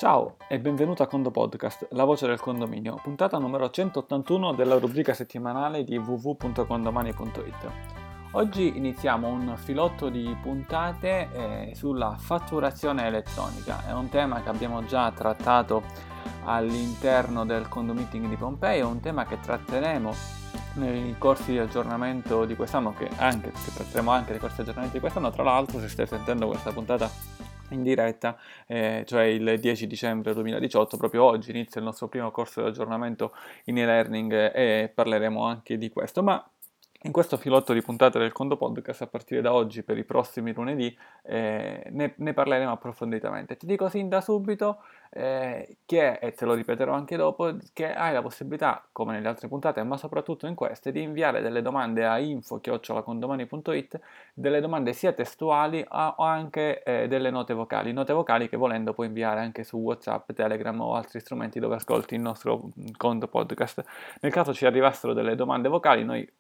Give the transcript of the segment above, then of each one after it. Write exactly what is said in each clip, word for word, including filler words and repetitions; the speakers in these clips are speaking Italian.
Ciao e benvenuto a Condo Podcast, la voce del condominio, puntata numero centottantuno della rubrica settimanale di w w w punto condomani punto i t. Oggi iniziamo un filotto di puntate eh, sulla fatturazione elettronica. È un tema che abbiamo già trattato all'interno del Condo Meeting di Pompei, è un tema che tratteremo nei corsi di aggiornamento di quest'anno, che, anche, che tratteremo anche nei corsi di aggiornamento di quest'anno. Tra l'altro, se stai sentendo questa puntata in diretta, eh, cioè il dieci dicembre duemiladiciotto, proprio oggi inizia il nostro primo corso di aggiornamento in e-learning eh, e parleremo anche di questo, ma in questo filotto di puntate del Condo Podcast, a partire da oggi per i prossimi lunedì, eh, ne, ne parleremo approfonditamente. Ti dico sin da subito eh, che, e te lo ripeterò anche dopo, che hai la possibilità, come nelle altre puntate, ma soprattutto in queste, di inviare delle domande a info chiocciola condomani punto i t, delle domande sia testuali o anche eh, delle note vocali, note vocali che volendo puoi inviare anche su WhatsApp, Telegram o altri strumenti dove ascolti il nostro Condo Podcast. Nel caso ci arrivassero delle domande vocali, noi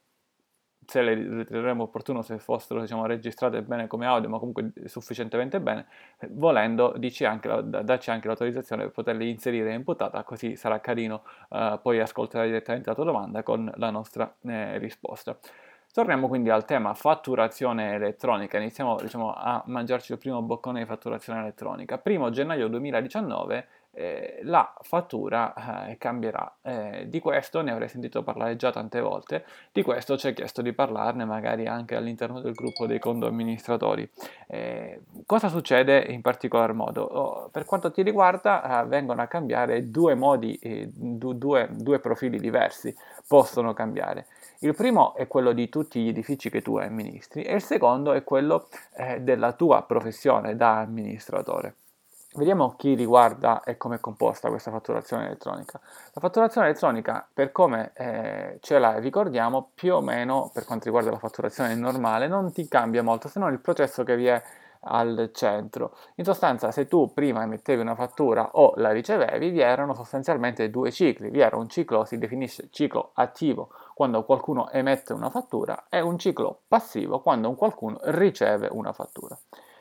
se le riterremo opportuno, se fossero diciamo, registrate bene come audio, ma comunque sufficientemente bene, volendo dici anche, dacci anche l'autorizzazione per poterle inserire in puntata, così sarà carino uh, poi ascoltare direttamente la tua domanda con la nostra eh, risposta. Torniamo quindi al tema fatturazione elettronica, iniziamo diciamo, a mangiarci il primo boccone di fatturazione elettronica. primo gennaio duemiladiciannove eh, la fattura eh, cambierà, eh, di questo ne avrei sentito parlare già tante volte, di questo ci è chiesto di parlarne magari anche all'interno del gruppo dei condo amministratori. Eh, cosa succede in particolar modo? Oh, per quanto ti riguarda eh, vengono a cambiare due modi, eh, du- due, due profili diversi possono cambiare. Il primo è quello di tutti gli edifici che tu amministri e il secondo è quello eh, della tua professione da amministratore. Vediamo chi riguarda e come è composta questa fatturazione elettronica. La fatturazione elettronica, per come eh, ce la ricordiamo, più o meno per quanto riguarda la fatturazione normale, non ti cambia molto, se non il processo che vi è al centro. In sostanza, se tu prima emettevi una fattura o la ricevevi, vi erano sostanzialmente due cicli. Vi era un ciclo, si definisce ciclo attivo, quando qualcuno emette una fattura, e un ciclo passivo, quando un qualcuno riceve una fattura.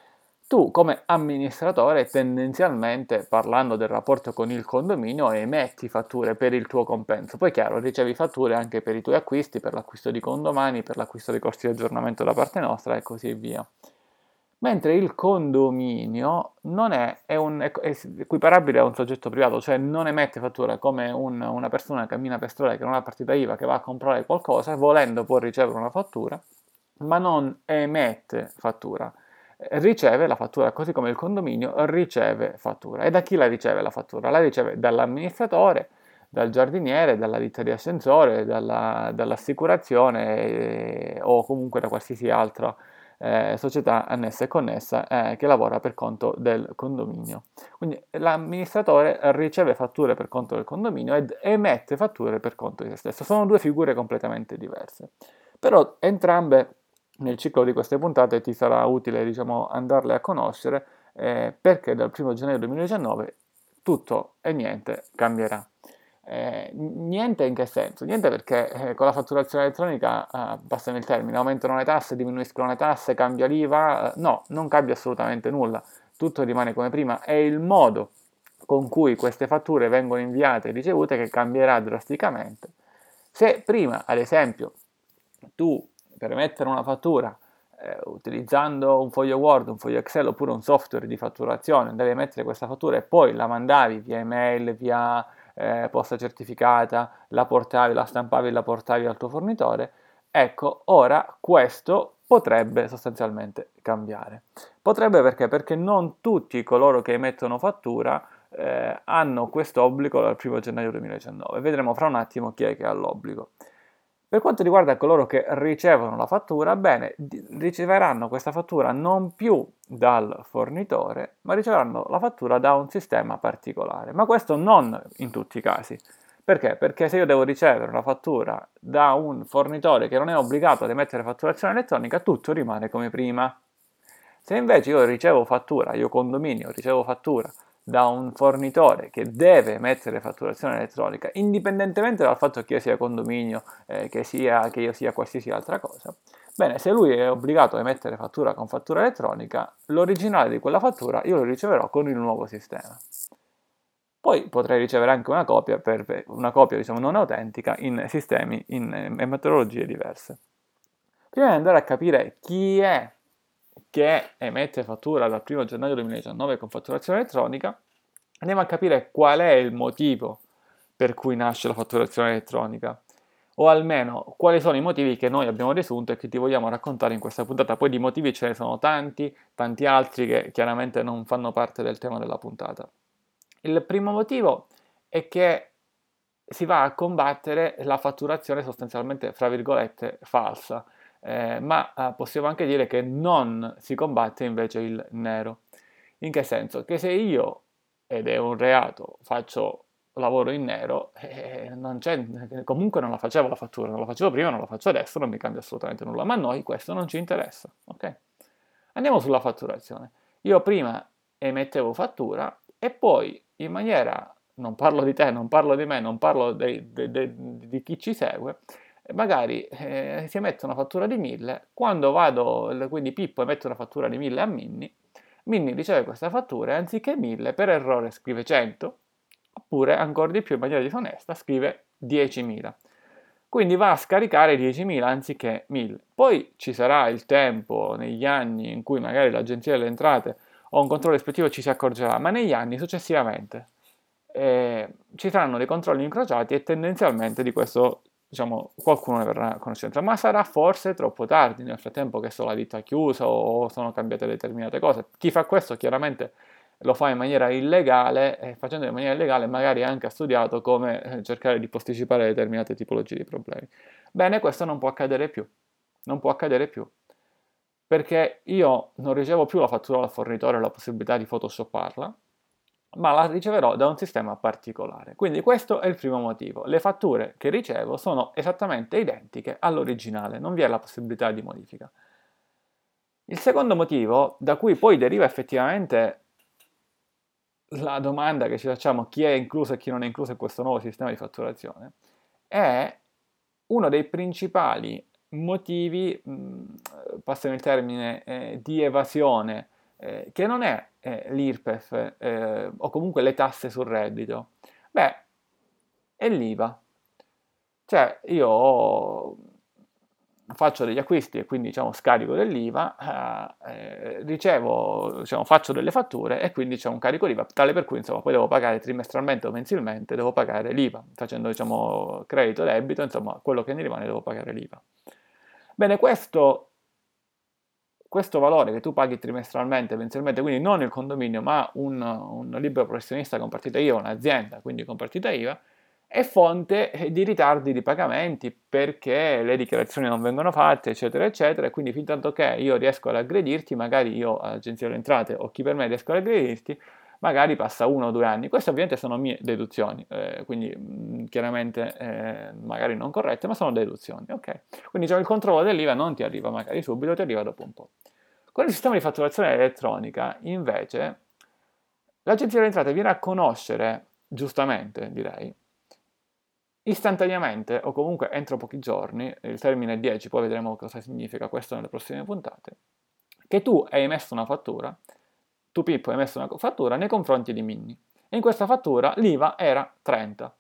Tu come amministratore tendenzialmente, parlando del rapporto con il condominio, emetti fatture per il tuo compenso. Poi chiaro, ricevi fatture anche per i tuoi acquisti, per l'acquisto di condomani, per l'acquisto dei corsi di aggiornamento da parte nostra e così via. Mentre il condominio non è, è, un, è equiparabile a un soggetto privato, cioè non emette fattura come un, una persona che cammina per strada, che non ha partita I V A, che va a comprare qualcosa, volendo può ricevere una fattura, ma non emette fattura. Riceve la fattura, così come il condominio riceve fattura. E da chi la riceve la fattura? La riceve dall'amministratore, dal giardiniere, dalla ditta di ascensore, dalla, dall'assicurazione eh, o comunque da qualsiasi altra eh, società annessa e connessa eh, che lavora per conto del condominio. Quindi l'amministratore riceve fatture per conto del condominio ed emette fatture per conto di se stesso. Sono due figure completamente diverse, però entrambe nel ciclo di queste puntate ti sarà utile diciamo, andarle a conoscere eh, perché dal primo gennaio duemiladiciannove tutto e niente cambierà. Eh, niente in che senso? Niente perché eh, con la fatturazione elettronica, eh, passano il termine, aumentano le tasse, diminuiscono le tasse, cambia l'I V A, eh, no, non cambia assolutamente nulla, tutto rimane come prima, è il modo con cui queste fatture vengono inviate e ricevute che cambierà drasticamente. Se prima, ad esempio, tu per emettere una fattura eh, utilizzando un foglio Word, un foglio Excel oppure un software di fatturazione, devi emettere questa fattura e poi la mandavi via email, via eh, posta certificata, la portavi, la stampavi e la portavi al tuo fornitore, ecco, ora questo potrebbe sostanzialmente cambiare. Potrebbe perché? Perché non tutti coloro che emettono fattura eh, hanno questo obbligo dal primo gennaio duemiladiciannove. Vedremo fra un attimo chi è che ha l'obbligo. Per quanto riguarda coloro che ricevono la fattura, bene, riceveranno questa fattura non più dal fornitore, ma riceveranno la fattura da un sistema particolare. Ma questo non in tutti i casi. Perché? Perché se io devo ricevere una fattura da un fornitore che non è obbligato ad emettere fatturazione elettronica, tutto rimane come prima. Se invece io ricevo fattura, io condominio ricevo fattura da un fornitore che deve emettere fatturazione elettronica, indipendentemente dal fatto che io sia condominio, eh, che, sia, che io sia qualsiasi altra cosa, bene, se lui è obbligato a emettere fattura con fattura elettronica, l'originale di quella fattura io lo riceverò con il nuovo sistema. poi potrai ricevere anche una copia, per, una copia diciamo non autentica in sistemi, in, in metodologie diverse. Prima di andare a capire chi è che emette fattura dal primo gennaio duemiladiciannove con fatturazione elettronica, andiamo a capire qual è il motivo per cui nasce la fatturazione elettronica, o almeno quali sono i motivi che noi abbiamo riassunto e che ti vogliamo raccontare in questa puntata. Poi di motivi ce ne sono tanti, tanti altri che chiaramente non fanno parte del tema della puntata. Il primo motivo è che si va a combattere la fatturazione sostanzialmente, fra virgolette, falsa, eh, ma eh, possiamo anche dire che non si combatte invece il nero. In che senso? Che se io, ed è un reato, faccio lavoro in nero, eh, non c'è, comunque non la facevo la fattura, non la facevo prima, non la faccio adesso, non mi cambia assolutamente nulla, ma a noi questo non ci interessa, ok? Andiamo sulla fatturazione. Io prima emettevo fattura e poi in maniera, non parlo di te, non parlo di me, non parlo de, de, de, di chi ci segue, magari eh, si emette una fattura di mille, quando vado, quindi Pippo emette una fattura di mille a Minni, Minni riceve questa fattura e anziché mille per errore scrive cento, oppure ancora di più in maniera disonesta scrive diecimila. Quindi va a scaricare diecimila anziché mille. Poi ci sarà il tempo negli anni in cui magari l'Agenzia delle Entrate o un controllo ispettivo ci si accorgerà, ma negli anni successivamente eh, ci saranno dei controlli incrociati e tendenzialmente di questo diciamo, qualcuno ne verrà a conoscenza, ma sarà forse troppo tardi, nel frattempo che so la ditta chiusa o sono cambiate determinate cose. Chi fa questo chiaramente lo fa in maniera illegale e facendo in maniera illegale magari anche ha studiato come eh, cercare di posticipare determinate tipologie di problemi. Bene, questo non può accadere più, non può accadere più, perché io non ricevo più la fattura dal fornitore e la possibilità di photoshopparla, ma la riceverò da un sistema particolare. Quindi questo è il primo motivo. Le fatture che ricevo sono esattamente identiche all'originale, non vi è la possibilità di modifica. Il secondo motivo, da cui poi deriva effettivamente la domanda che ci facciamo, chi è incluso e chi non è incluso in questo nuovo sistema di fatturazione, è uno dei principali motivi, mh, passami il termine, eh, di evasione, eh, che non è eh, l'I R P E F eh, o comunque le tasse sul reddito, beh, è l'I V A. Cioè io ho faccio degli acquisti e quindi diciamo scarico dell'I V A, eh, ricevo, diciamo, faccio delle fatture e quindi c'è un carico di I V A, tale per cui insomma poi devo pagare trimestralmente o mensilmente, devo pagare l'I V A, facendo diciamo credito, debito, insomma quello che mi rimane devo pagare l'I V A. Bene, questo, questo valore che tu paghi trimestralmente, mensilmente, quindi non il condominio ma un, un libero professionista con partita I V A, un'azienda, quindi con partita I V A, è fonte di ritardi di pagamenti perché le dichiarazioni non vengono fatte, eccetera, eccetera, e quindi fin tanto che io riesco ad aggredirti, magari io, Agenzia delle Entrate, o chi per me riesco ad aggredirti, magari passa uno o due anni. Queste ovviamente sono mie deduzioni, eh, quindi mh, chiaramente eh, magari non corrette, ma sono deduzioni, ok? Quindi cioè, il controllo dell'I V A non ti arriva magari subito, ti arriva dopo un po'. Con il sistema di fatturazione elettronica, invece, l'Agenzia delle Entrate viene a conoscere, giustamente direi, istantaneamente o comunque entro pochi giorni, il termine è dieci, poi vedremo cosa significa questo nelle prossime puntate, che tu hai emesso una fattura, tu Pippo hai emesso una fattura nei confronti di Minni e in questa fattura l'I V A era trenta,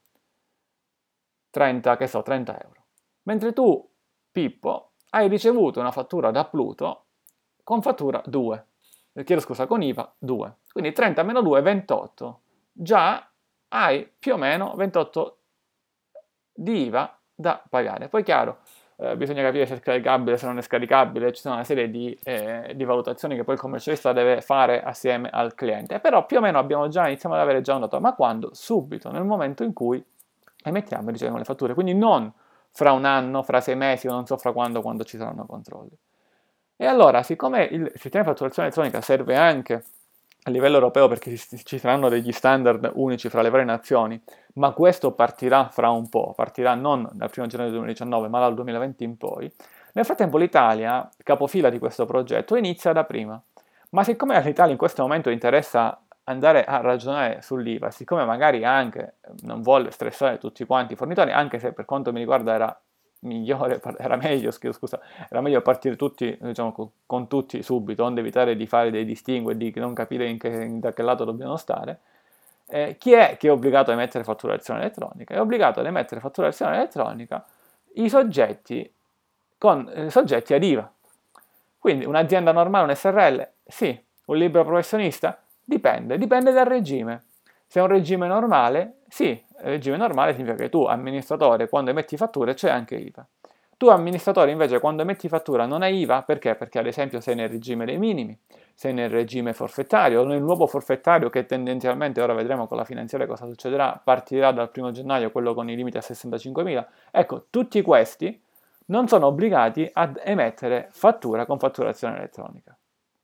trenta che so, trenta euro, mentre tu Pippo hai ricevuto una fattura da Pluto con fattura due, chiedo scusa, con I V A due, quindi trenta meno due, ventotto, già hai più o meno ventotto di I V A da pagare. Poi chiaro, eh, bisogna capire se è scaricabile, se non è scaricabile, ci sono una serie di, eh, di valutazioni che poi il commercialista deve fare assieme al cliente, però più o meno abbiamo già, iniziamo ad avere già un dato, ma quando? Subito, nel momento in cui emettiamo e riceviamo le fatture, quindi non fra un anno, fra sei mesi o non so fra quando, quando ci saranno controlli. E allora, siccome il sistema di fatturazione elettronica serve anche a livello europeo perché ci saranno degli standard unici fra le varie nazioni, ma questo partirà fra un po', partirà non dal primo gennaio duemiladiciannove ma dal duemilaventi in poi, nel frattempo l'Italia, capofila di questo progetto, inizia da prima. Ma siccome all'Italia in questo momento interessa andare a ragionare sull'I V A, siccome magari anche non vuole stressare tutti quanti i fornitori, anche se per quanto mi riguarda era migliore, era meglio, scusa, era meglio partire tutti, diciamo, con, con tutti subito, onde evitare di fare dei distinguo e di non capire in che, in da che lato dobbiamo stare, Eh, chi è che è obbligato a emettere fatturazione elettronica? È obbligato ad emettere fatturazione elettronica i soggetti, con, eh, soggetti ad I V A. Quindi un'azienda normale, un S R L? Sì. Un libero professionista? Dipende, dipende dal regime. Se è un regime normale, sì, il regime normale significa che tu, amministratore, quando emetti fatture c'è anche I V A. Tu, amministratore, invece, quando emetti fattura non hai I V A, perché? Perché ad esempio sei nel regime dei minimi, sei nel regime forfettario, o nel nuovo forfettario che tendenzialmente, ora vedremo con la finanziaria cosa succederà, partirà dal primo gennaio, quello con i limiti a sessantacinquemila. Ecco, tutti questi non sono obbligati ad emettere fattura con fatturazione elettronica.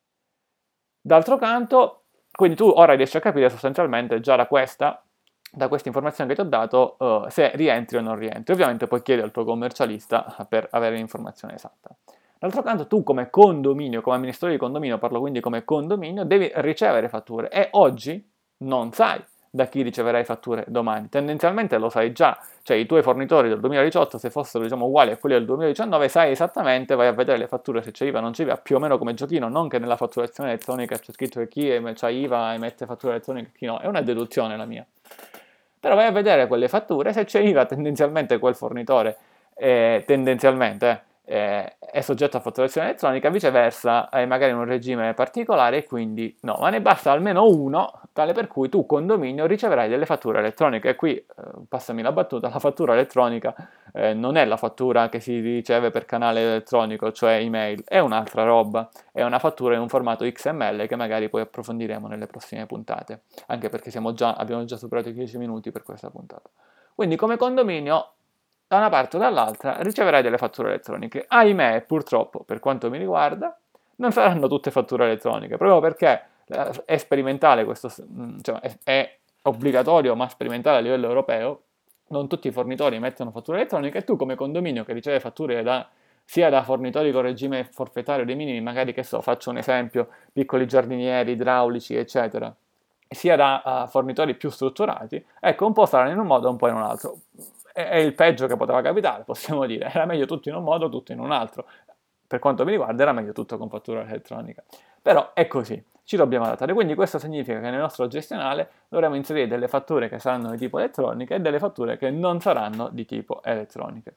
D'altro canto, quindi tu ora riesci a capire sostanzialmente già da questa, da questa informazione che ti ho dato, uh, se rientri o non rientri. Ovviamente poi chiedi al tuo commercialista per avere l'informazione esatta. D'altro canto, tu come condominio, come amministratore di condominio, parlo quindi come condominio, devi ricevere fatture e oggi non sai da chi riceverai fatture domani. Tendenzialmente lo sai già, cioè i tuoi fornitori del duemiladiciotto, se fossero diciamo uguali a quelli del duemiladiciannove, sai esattamente, vai a vedere le fatture se c'è I V A o non c'è I V A, più o meno come giochino, non che nella fatturazione elettronica c'è scritto che chi c'ha I V A emette fattura elettronica e chi no, è una deduzione la mia. Però vai a vedere quelle fatture, se c'è I V A tendenzialmente quel fornitore, eh, tendenzialmente, eh, è soggetto a fatturazione elettronica, viceversa è magari in un regime particolare e quindi no, ma ne basta almeno uno, tale per cui tu condominio riceverai delle fatture elettroniche. E qui, eh, passami la battuta, la fattura elettronica eh, non è la fattura che si riceve per canale elettronico, cioè email, è un'altra roba, è una fattura in un formato X M L che magari poi approfondiremo nelle prossime puntate, anche perché siamo già, abbiamo già superato i dieci minuti per questa puntata. Quindi come condominio, da una parte o dall'altra riceverai delle fatture elettroniche. Ahimè, purtroppo, per quanto mi riguarda, non saranno tutte fatture elettroniche, proprio perché è sperimentale questo, cioè è, è obbligatorio ma sperimentale a livello europeo, non tutti i fornitori mettono fatture elettroniche e tu come condominio che riceve fatture da, sia da fornitori con regime forfettario dei minimi, magari che so, faccio un esempio, piccoli giardinieri, idraulici, eccetera, sia da uh, fornitori più strutturati, ecco, un po' saranno in un modo, un po' in un altro. È, è il peggio che poteva capitare, possiamo dire, era meglio tutto in un modo, tutto in un altro. Per quanto mi riguarda era meglio tutto con fattura elettronica. Però è così, ci dobbiamo adattare. Quindi questo significa che nel nostro gestionale dovremo inserire delle fatture che saranno di tipo elettronica e delle fatture che non saranno di tipo elettroniche.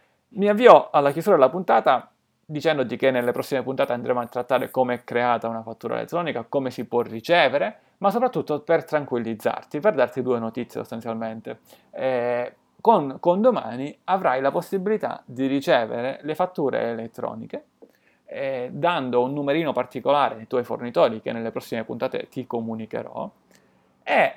Mi avvio alla chiusura della puntata dicendoti che nelle prossime puntate andremo a trattare come è creata una fattura elettronica, come si può ricevere, ma soprattutto per tranquillizzarti, per darti due notizie sostanzialmente. Eh, con Condomani avrai la possibilità di ricevere le fatture elettroniche eh, dando un numerino particolare ai tuoi fornitori che nelle prossime puntate ti comunicherò e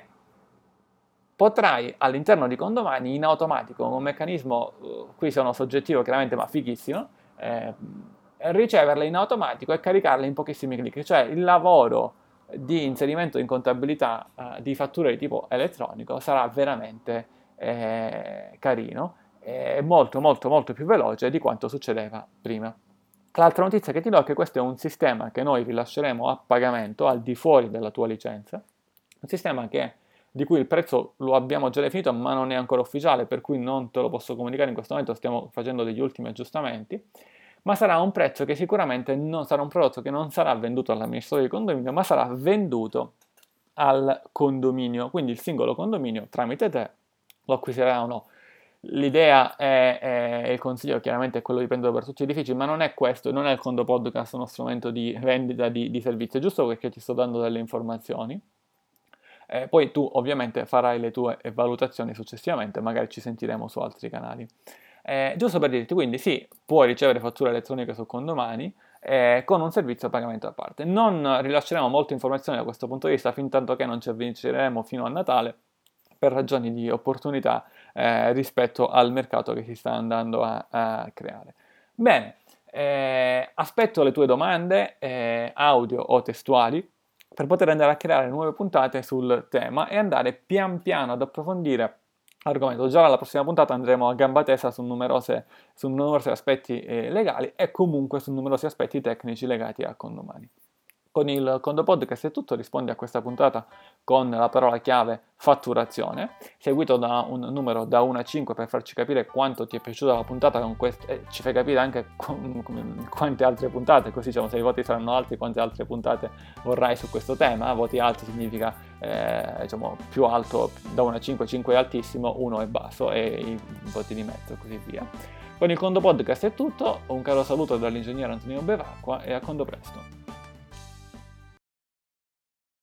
potrai all'interno di Condomani in automatico, con un meccanismo, uh, qui sono soggettivo chiaramente ma fighissimo, eh, riceverle in automatico e caricarle in pochissimi clic, cioè il lavoro di inserimento in contabilità uh, di fatture di tipo elettronico sarà veramente eh, carino e molto molto molto più veloce di quanto succedeva prima. L'altra notizia che ti do è che questo è un sistema che noi rilasceremo a pagamento al di fuori della tua licenza, un sistema che, di cui il prezzo lo abbiamo già definito ma non è ancora ufficiale, per cui non te lo posso comunicare in questo momento, stiamo facendo degli ultimi aggiustamenti, ma sarà un prezzo che sicuramente non sarà un prodotto che non sarà venduto all'amministratore di condominio, ma sarà venduto al condominio, quindi il singolo condominio tramite te lo acquisirà o no. L'idea è, è, il consiglio chiaramente è quello di prenderlo per tutti gli edifici, ma non è questo, non è il Condo Podcast uno strumento di vendita di, di servizio, giusto perché ti sto dando delle informazioni. Eh, poi tu ovviamente farai le tue valutazioni successivamente, magari ci sentiremo su altri canali. Eh, giusto per dirti, quindi sì, puoi ricevere fatture elettroniche su Condomani eh, con un servizio a pagamento a parte. Non rilasceremo molte informazioni da questo punto di vista fin tanto che non ci avviceremo fino a Natale, per ragioni di opportunità eh, rispetto al mercato che si sta andando a, a creare. Bene, eh, aspetto le tue domande eh, audio o testuali per poter andare a creare nuove puntate sul tema e andare pian piano ad approfondire l'argomento. Già alla prossima puntata andremo a gamba tesa su, numerose, su numerosi aspetti eh, legali e comunque su numerosi aspetti tecnici legati a Condomani. Con il Condo Podcast è tutto, rispondi a questa puntata con la parola chiave fatturazione, seguito da un numero da uno a cinque per farci capire quanto ti è piaciuta la puntata con quest- e ci fai capire anche qu- quante altre puntate, così diciamo, se i voti saranno alti quante altre puntate vorrai su questo tema. Voti alti significa eh, diciamo, più alto, da uno a cinque, cinque è altissimo, uno è basso e i voti di mezzo e così via. Con il Condo Podcast è tutto, un caro saluto dall'ingegnere Antonino Bevacqua e a Condo presto.